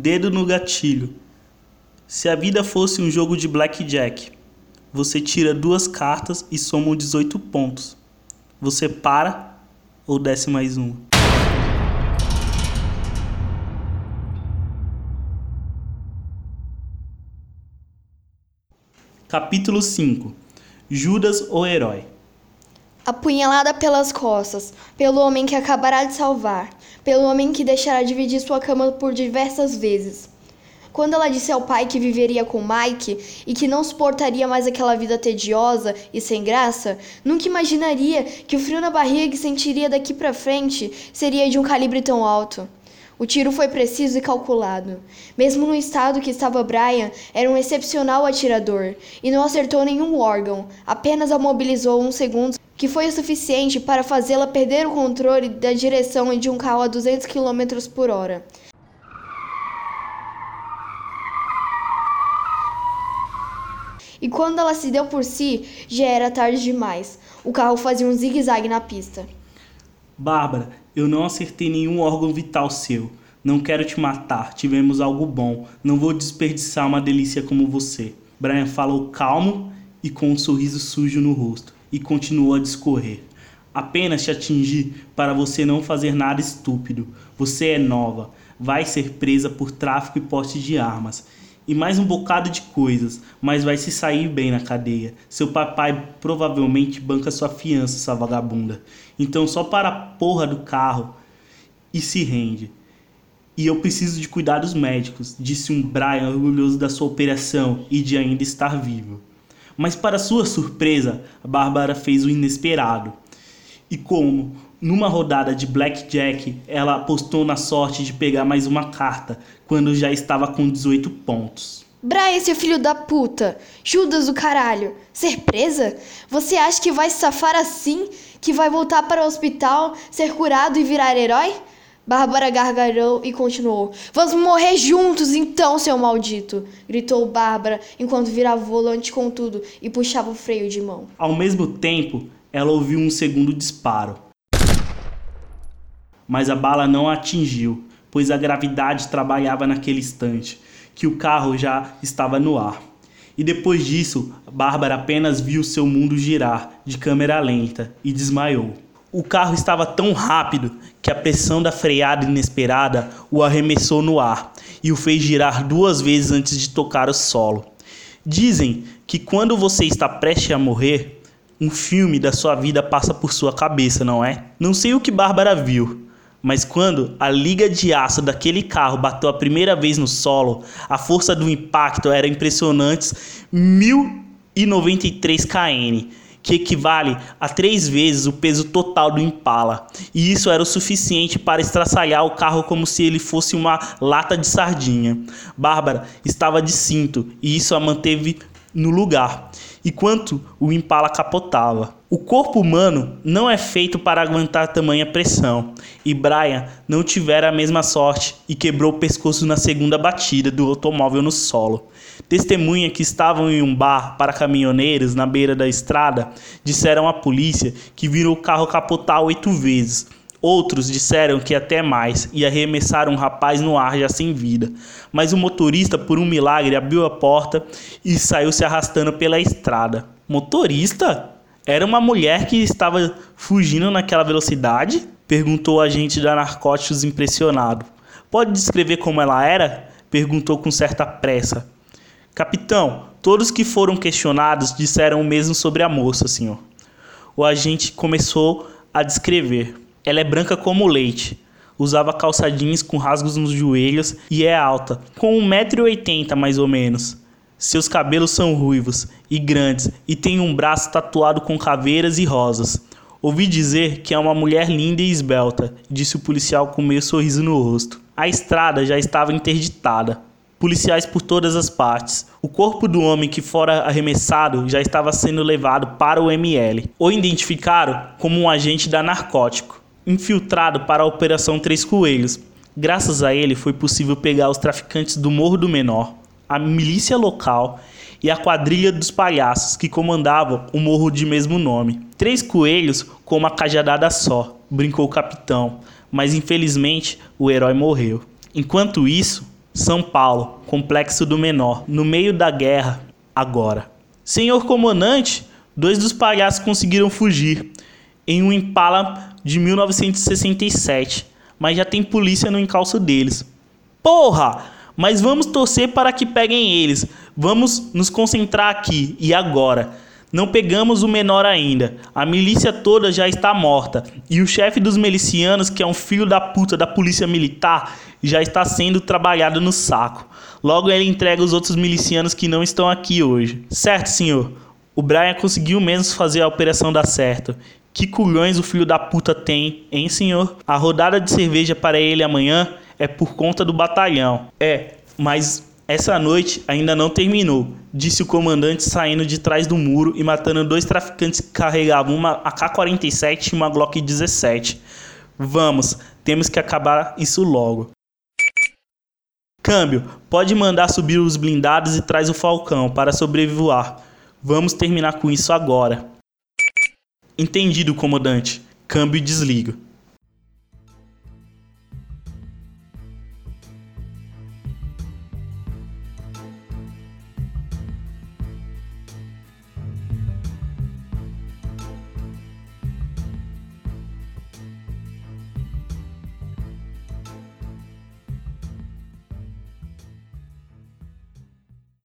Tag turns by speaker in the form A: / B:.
A: Dedo no gatilho. Se a vida fosse um jogo de blackjack, você tira 2 cartas e soma 18 pontos. Você para ou desce mais uma? Capítulo 5. Judas, o herói.
B: Apunhalada pelas costas, pelo homem que acabará de salvar, pelo homem que deixará dividir sua cama por diversas vezes. Quando ela disse ao pai que viveria com Mike e que não suportaria mais aquela vida tediosa e sem graça, nunca imaginaria que o frio na barriga que sentiria daqui pra frente seria de um calibre tão alto. O tiro foi preciso e calculado. Mesmo no estado que estava Brian, era um excepcional atirador e não acertou nenhum órgão, apenas a mobilizou uns segundos, que foi o suficiente para fazê-la perder o controle da direção de um carro a 200 km por hora. E quando ela se deu por si, já era tarde demais. O carro fazia um zigue-zague na pista.
A: Bárbara, eu não acertei nenhum órgão vital seu. Não quero te matar, tivemos algo bom. Não vou desperdiçar uma delícia como você. Brian falou calmo e com um sorriso sujo no rosto, e continuou a discorrer. Apenas te atingi para você não fazer nada estúpido. Você é nova, vai ser presa por tráfico e porte de armas. E mais um bocado de coisas, mas vai se sair bem na cadeia. Seu papai provavelmente banca sua fiança, sua vagabunda. Então só para a porra do carro e se rende. E eu preciso de cuidados médicos, disse um Brian orgulhoso da sua operação e de ainda estar vivo. Mas para sua surpresa, a Bárbara fez o inesperado. E como, numa rodada de blackjack, ela apostou na sorte de pegar mais uma carta, quando já estava com 18 pontos.
B: Brian, seu filho da puta! Judas do caralho! Ser presa? Você acha que vai se safar assim? Que vai voltar para o hospital, ser curado e virar herói? Bárbara gargalhou e continuou. Vamos morrer juntos então, seu maldito! Gritou Bárbara enquanto virava o volante com tudo e puxava o freio de mão.
A: Ao mesmo tempo, ela ouviu um segundo disparo. Mas a bala não a atingiu, pois a gravidade trabalhava naquele instante, que o carro já estava no ar. E depois disso, Bárbara apenas viu seu mundo girar de câmera lenta e desmaiou. O carro estava tão rápido que a pressão da freada inesperada o arremessou no ar e o fez girar 2 vezes antes de tocar o solo. Dizem que quando você está prestes a morrer, um filme da sua vida passa por sua cabeça, não é? Não sei o que Bárbara viu, mas quando a liga de aço daquele carro bateu a primeira vez no solo, a força do impacto era impressionante 1093 kN, que equivale a 3 vezes o peso total do Impala. E isso era o suficiente para estraçalhar o carro como se ele fosse uma lata de sardinha. Bárbara estava de cinto e isso a manteve no lugar, enquanto o Impala capotava. O corpo humano não é feito para aguentar tamanha pressão, e Brian não tivera a mesma sorte e quebrou o pescoço na segunda batida do automóvel no solo. Testemunhas que estavam em um bar para caminhoneiros na beira da estrada disseram à polícia que viram o carro capotar 8 vezes. Outros disseram que até mais e arremessaram um rapaz no ar já sem vida. Mas o motorista, por um milagre, abriu a porta e saiu se arrastando pela estrada. Motorista? Era uma mulher que estava fugindo naquela velocidade? Perguntou o agente da Narcóticos impressionado. Pode descrever como ela era? Perguntou com certa pressa. Capitão, todos que foram questionados disseram o mesmo sobre a moça, senhor. O agente começou a descrever. Ela é branca como leite, usava calça jeans com rasgos nos joelhos e é alta, com 1,80 m mais ou menos. Seus cabelos são ruivos e grandes e tem um braço tatuado com caveiras e rosas. Ouvi dizer que é uma mulher linda e esbelta, disse o policial com meio sorriso no rosto. A estrada já estava interditada. Policiais por todas as partes. O corpo do homem que fora arremessado já estava sendo levado para o ML. O identificaram como um agente da narcótico, infiltrado para a Operação Três Coelhos. Graças a ele foi possível pegar os traficantes do Morro do Menor, a milícia local e a quadrilha dos palhaços que comandavam o morro de mesmo nome. 3 coelhos com uma cajadada só, brincou o capitão, mas infelizmente o herói morreu. Enquanto isso, São Paulo, Complexo do Menor, no meio da guerra, agora. Senhor comandante, 2 dos palhaços conseguiram fugir em um Impala de 1967, mas já tem polícia no encalço deles. Porra! Mas vamos torcer para que peguem eles. Vamos nos concentrar aqui e agora. Não pegamos o menor ainda. A milícia toda já está morta. E o chefe dos milicianos, que é um filho da puta da polícia militar, já está sendo trabalhado no saco. Logo ele entrega os outros milicianos que não estão aqui hoje. Certo, senhor. O Brian conseguiu mesmo fazer a operação dar certo. Que culhões o filho da puta tem, hein, senhor? A rodada de cerveja para ele amanhã é por conta do batalhão. Mas essa noite ainda não terminou, disse o comandante saindo de trás do muro e matando 2 traficantes que carregavam uma AK-47 e uma Glock 17. Vamos, temos que acabar isso logo. Câmbio, pode mandar subir os blindados e traz o Falcão para sobrevoar. Vamos terminar com isso agora. Entendido, comandante. Câmbio e desligo.